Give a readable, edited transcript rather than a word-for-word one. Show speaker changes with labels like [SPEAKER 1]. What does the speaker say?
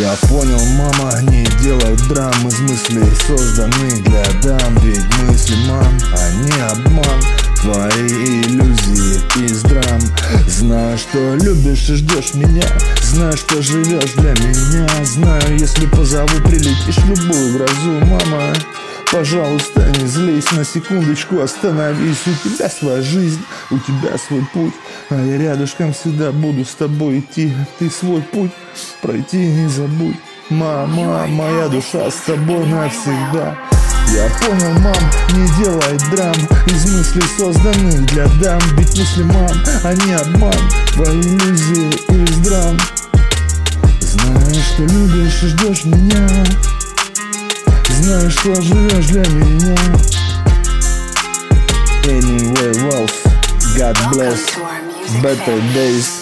[SPEAKER 1] Я понял, мама, не делай драм из мыслей, созданных для дам. Ведь мысли, мам, они обман, твои иллюзии из драм. Знаю, что любишь и ждешь меня, знаю, что живешь для меня. Знаю, если позову, прилетишь в любую грозу, мама. Пожалуйста, не злись, на секундочку остановись. У тебя своя жизнь, у тебя свой путь, а я рядышком всегда буду с тобой идти. Ты свой путь пройти не забудь. Мама, моя душа с тобой навсегда. Я понял, мам, не делай драм из мыслей, созданных для дам. Ведь мысли, мам, они обман, твои иллюзии из драм. Знаю, что любишь и ждешь меня, знаю, что живешь для меня. Anyway, Wolf, God bless, better days.